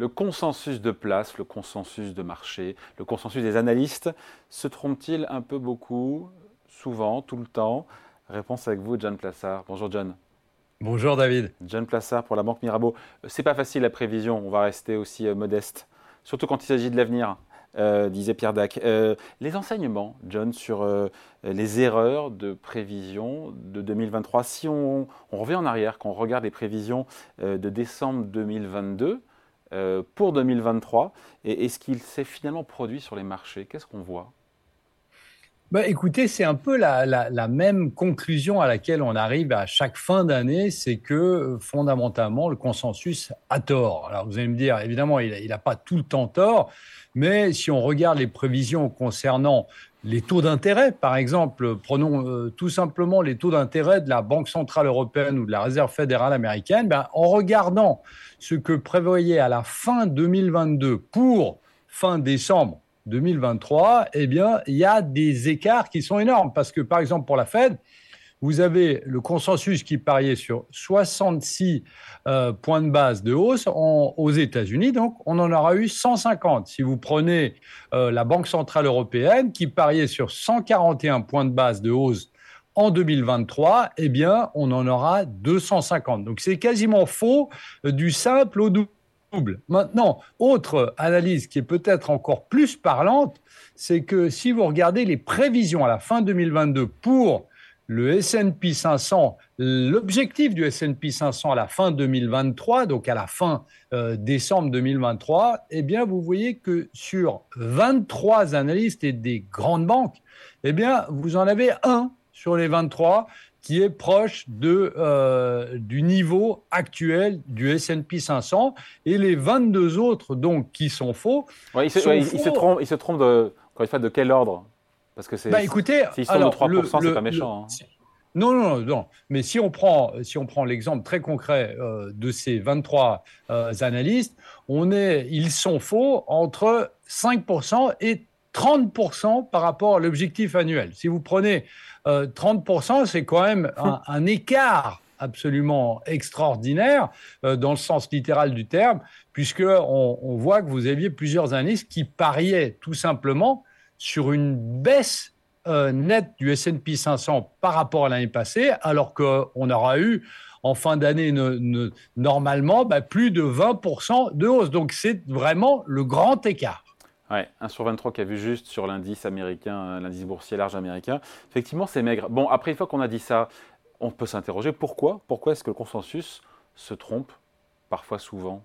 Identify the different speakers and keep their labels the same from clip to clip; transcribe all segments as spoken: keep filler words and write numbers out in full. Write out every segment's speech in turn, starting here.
Speaker 1: Le consensus de place, le consensus de marché, le consensus des analystes, se trompe-t-il un peu beaucoup, souvent, tout le temps? Réponse avec vous, John Plassard. Bonjour John.
Speaker 2: Bonjour David.
Speaker 1: John Plassard pour la Banque Mirabeau. C'est pas facile la prévision, on va rester aussi euh, modeste, surtout quand il s'agit de l'avenir, euh, disait Pierre Dac. Euh, les enseignements, John, sur euh, les erreurs de prévision de deux mille vingt-trois, si on, on revient en arrière, qu'on regarde les prévisions euh, de décembre deux mille vingt-deux euh, pour deux mille vingt-trois, et, et ce qu'il s'est finalement produit sur les marchés, qu'est-ce qu'on voit?
Speaker 2: Bah, écoutez, c'est un peu la, la- la même conclusion à laquelle on arrive à chaque fin d'année, c'est que euh, fondamentalement, le consensus a tort. Alors vous allez me dire, évidemment, il n'a pas tout le temps tort, mais si on regarde les prévisions concernant les taux d'intérêt, par exemple, prenons euh, tout simplement les taux d'intérêt de la Banque centrale européenne ou de la Réserve fédérale américaine, ben, en regardant ce que prévoyait à la fin deux mille vingt-deux pour fin décembre deux mille vingt-trois, eh bien, il y a des écarts qui sont énormes. Parce que, par exemple, pour la Fed, vous avez le consensus qui pariait sur soixante-six euh, points de base de hausse en- aux États-Unis. Donc, on en aura eu cent cinquante. Si vous prenez euh, la Banque centrale européenne qui pariait sur cent quarante et un points de base de hausse en deux mille vingt-trois, eh bien, on en aura deux cent cinquante. Donc, c'est quasiment faux euh, du simple au double. Maintenant, autre analyse qui est peut-être encore plus parlante, c'est que si vous regardez les prévisions à la fin deux mille vingt-deux pour le S and P cinq cents, l'objectif du S and P cinq cents à la fin deux mille vingt-trois, donc à la fin euh, décembre deux mille vingt-trois, eh bien, vous voyez que sur vingt-trois analystes et des grandes banques, eh bien, vous en avez un sur les vingt-trois qui est proche de, euh, du niveau actuel du S and P cinq cents, et les vingt-deux autres, donc, qui sont faux,
Speaker 1: Ouais, il, se,
Speaker 2: sont
Speaker 1: ouais, il, il se
Speaker 2: faux.
Speaker 1: trompe, il se trompe de, encore une fois, de quel ordre? Parce que c'est,
Speaker 2: Bah, écoutez,
Speaker 1: s'il se trompe de
Speaker 2: alors, le,
Speaker 1: trois pour cent, c'est
Speaker 2: le,
Speaker 1: pas
Speaker 2: le-
Speaker 1: méchant, hein.
Speaker 2: non, non, non, non. Mais si on prend, si on prend l'exemple très concret euh, de ces vingt-trois euh, analystes, on est, ils sont faux entre cinq pour cent et trente pour cent par rapport à l'objectif annuel. Si vous prenez euh, trente pour cent, c'est quand même un, un écart absolument extraordinaire euh, dans le sens littéral du terme, puisque on, on voit que vous aviez plusieurs analystes qui pariaient tout simplement sur une baisse euh, nette du S and P cinq cents par rapport à l'année passée, alors qu'on aura eu en fin d'année ne, ne, normalement bah, plus de vingt pour cent de hausse. Donc c'est vraiment le grand écart.
Speaker 1: Ouais, un sur vingt-trois qui a vu juste sur l'indice américain, euh, l'indice boursier large américain. Effectivement, c'est maigre. Bon, après, une fois qu'on a dit ça, on peut s'interroger pourquoi? Pourquoi est-ce que le consensus se trompe parfois, souvent?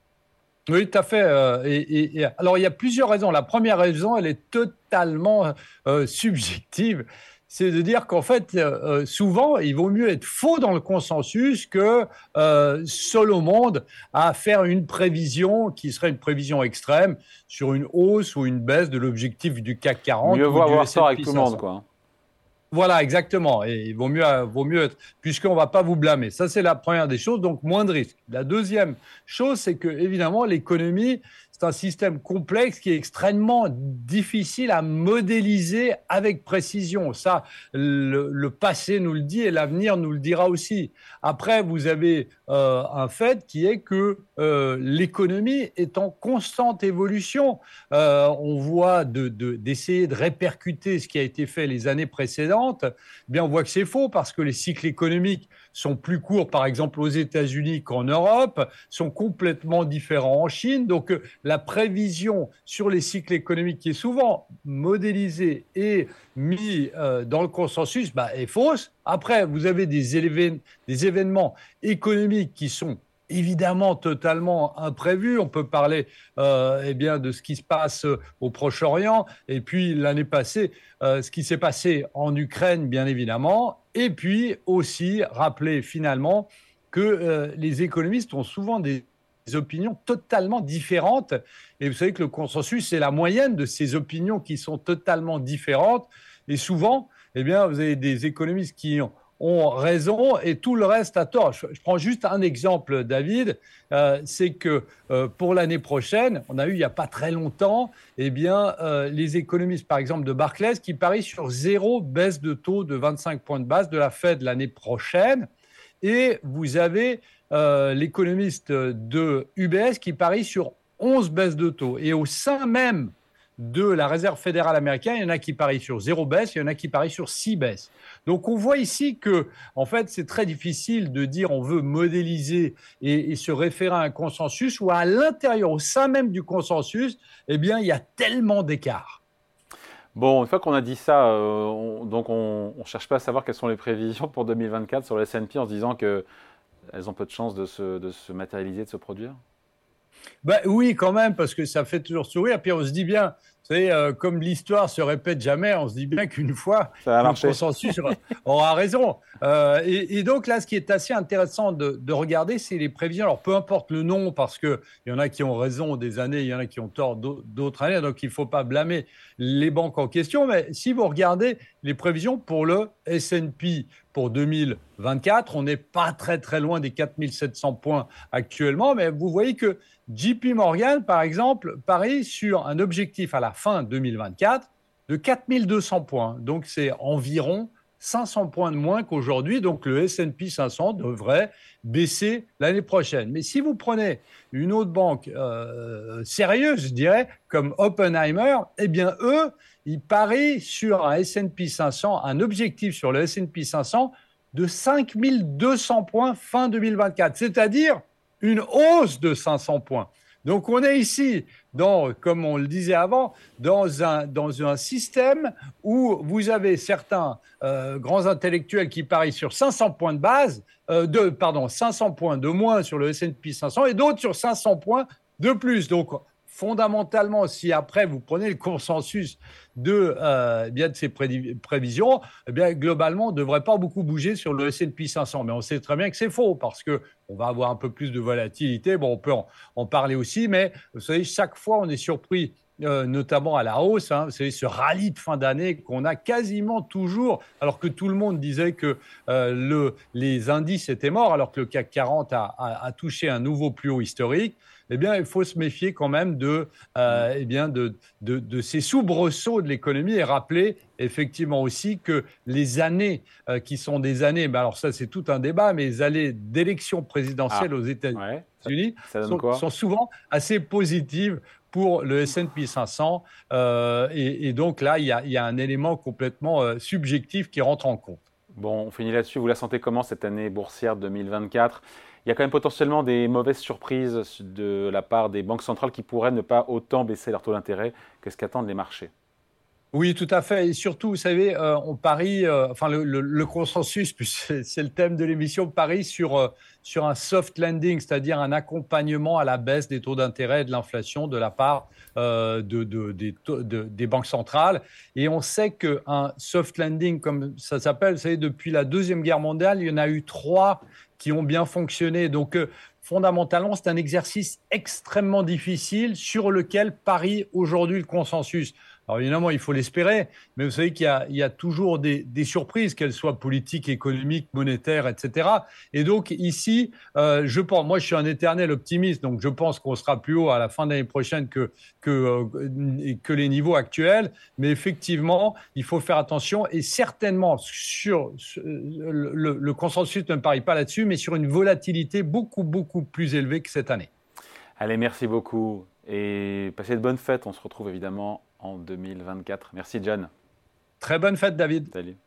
Speaker 2: Oui, tout à fait. euh, Et, et- et- alors, il y a plusieurs raisons. La première raison, elle est totalement euh, subjective. C'est de dire qu'en fait, euh, euh, souvent, il vaut mieux être faux dans le consensus que euh, seul au monde à faire une prévision qui serait une prévision extrême sur une hausse ou une baisse de l'objectif du CAC
Speaker 1: Mieux
Speaker 2: quarante ou
Speaker 1: vaut
Speaker 2: du
Speaker 1: avoir tort avec
Speaker 2: S and P
Speaker 1: tout le monde,
Speaker 2: cinq cents.
Speaker 1: quoi, hein.
Speaker 2: Voilà, exactement. Et il vaut mieux, vaut mieux être, puisqu'on ne va pas vous blâmer. Ça, c'est la première des choses, donc moins de risques. La deuxième chose, c'est que, évidemment, l'économie, c'est un système complexe qui est extrêmement difficile à modéliser avec précision. Ça, le, le passé nous le dit et l'avenir nous le dira aussi. Après, vous avez euh, un fait qui est que euh, l'économie est en constante évolution. Euh, on voit de, de, d'essayer de répercuter ce qui a été fait les années précédentes, eh bien on voit que c'est faux parce que les cycles économiques sont plus courts, par exemple aux États-Unis qu'en Europe, sont complètement différents en Chine. Donc euh, la prévision sur les cycles économiques qui est souvent modélisée et mise euh, dans le consensus bah, est fausse. Après, vous avez des, éléven- des événements économiques qui sont évidemment totalement imprévus. On peut parler euh, eh bien, de ce qui se passe au Proche-Orient, et puis l'année passée, euh, ce qui s'est passé en Ukraine, bien évidemment, et puis aussi rappeler finalement que euh, les économistes ont souvent des opinions totalement différentes, et vous savez que le consensus, c'est la moyenne de ces opinions qui sont totalement différentes, et souvent, eh bien, vous avez des économistes qui ont ont raison et tout le reste a tort. Je, je prends juste un exemple, David, euh, c'est que euh, pour l'année prochaine, on a eu il n'y a pas très longtemps, eh bien, euh, les économistes, par exemple, de Barclays, qui parient sur zéro baisse de taux de vingt-cinq points de base de la Fed l'année prochaine. Et vous avez euh, l'économiste de U B S qui parie sur onze baisses de taux. Et au sein même de la Réserve fédérale américaine, il y en a qui parient sur zéro baisse, il y en a qui parient sur six baisses. Donc on voit ici que, en fait, c'est très difficile de dire on veut modéliser et, et se référer à un consensus ou à l'intérieur, au sein même du consensus, eh bien, il y a tellement d'écarts.
Speaker 1: Bon, une fois qu'on a dit ça, euh, on, donc on ne cherche pas à savoir quelles sont les prévisions pour deux mille vingt-quatre sur le S and P en se disant qu'elles ont peu de chances de se, de se matérialiser, de se produire.
Speaker 2: Ben oui, quand même, parce que ça fait toujours sourire. Puis on se dit bien, vous savez, euh, comme l'histoire se répète jamais, on se dit bien qu'une fois, le consensus aura, aura raison. Euh, et, et donc là, ce qui est assez intéressant de, de regarder, c'est les prévisions. Alors, peu importe le nom, parce qu'il y en a qui ont raison des années, il y en a qui ont tort d'autres années, donc il ne faut pas blâmer les banques en question. Mais si vous regardez les prévisions pour le S and P pour deux mille vingt-quatre, on n'est pas très très loin des quatre mille sept cents points actuellement, mais vous voyez que J P Morgan, par exemple, parie sur un objectif à la fin deux mille vingt-quatre de quatre mille deux cents points. Donc, c'est environ cinq cents points de moins qu'aujourd'hui. Donc, le S and P cinq cents devrait baisser l'année prochaine. Mais si vous prenez une autre banque euh, sérieuse, je dirais, comme Oppenheimer, eh bien, eux, ils parient sur un S and P cinq cents, un objectif sur le S and P cinq cents de cinq mille deux cents points fin deux mille vingt-quatre, c'est-à-dire une hausse de cinq cents points. Donc, on est ici, dans, comme on le disait avant, dans un, dans un système où vous avez certains euh, grands intellectuels qui parient sur cinq cents points de base, euh, de, pardon, cinq cents points de moins sur le S and P cinq cents et d'autres sur cinq cents points de plus. Donc, fondamentalement, si après vous prenez le consensus de, euh, bien de ces prévisions, eh bien, globalement, on ne devrait pas beaucoup bouger sur le S and P cinq cents. Mais on sait très bien que c'est faux parce qu'on va avoir un peu plus de volatilité. Bon, on peut en, en parler aussi, mais vous savez, chaque fois, on est surpris. Euh, notamment à la hausse, hein, vous savez, ce rallye de fin d'année qu'on a quasiment toujours, alors que tout le monde disait que euh, le, les indices étaient morts, alors que le C A C quarante a, a, a touché un nouveau plus haut historique. Eh bien, il faut se méfier quand même de, euh, eh bien de, de, de ces soubresauts de l'économie et rappeler effectivement aussi que les années euh, qui sont des années, ben alors ça c'est tout un débat, mais les années d'élections présidentielles ah, aux États-Unis ouais, ça, ça sont, sont souvent assez positives pour le S and P cinq cents. Euh, et, et donc là, il y a, il y a un élément complètement euh, subjectif qui rentre en compte.
Speaker 1: Bon, on finit là-dessus. Vous la sentez comment cette année boursière deux mille vingt-quatre ? Il y a quand même potentiellement des mauvaises surprises de la part des banques centrales qui pourraient ne pas autant baisser leur taux d'intérêt que ce qu'attendent les marchés.
Speaker 2: Oui, tout à fait. Et surtout, vous savez, euh, on parie, euh, enfin le, le, le consensus, c'est, c'est le thème de l'émission, parie sur, euh, sur un soft landing, c'est-à-dire un accompagnement à la baisse des taux d'intérêt et de l'inflation de la part euh, de, de, de, de, des banques centrales. Et on sait qu'un soft landing, comme ça s'appelle, vous savez, depuis la Deuxième Guerre mondiale, il y en a eu trois qui ont bien fonctionné. Donc, euh, fondamentalement, c'est un exercice extrêmement difficile sur lequel parie aujourd'hui le consensus. Alors évidemment, il faut l'espérer, mais vous savez qu'il y a, il y a toujours des, des surprises, qu'elles soient politiques, économiques, monétaires, et cetera. Et donc ici, euh, je pense, moi je suis un éternel optimiste, donc je pense qu'on sera plus haut à la fin de l'année prochaine que, que, euh, que les niveaux actuels. Mais effectivement, il faut faire attention et certainement sur le, le, le consensus ne parie pas là-dessus, mais sur une volatilité beaucoup, beaucoup plus élevée que cette année.
Speaker 1: Allez, merci beaucoup et passez de bonnes fêtes. On se retrouve évidemment en deux mille vingt-quatre. Merci John.
Speaker 2: Très bonne fête David.
Speaker 1: Salut.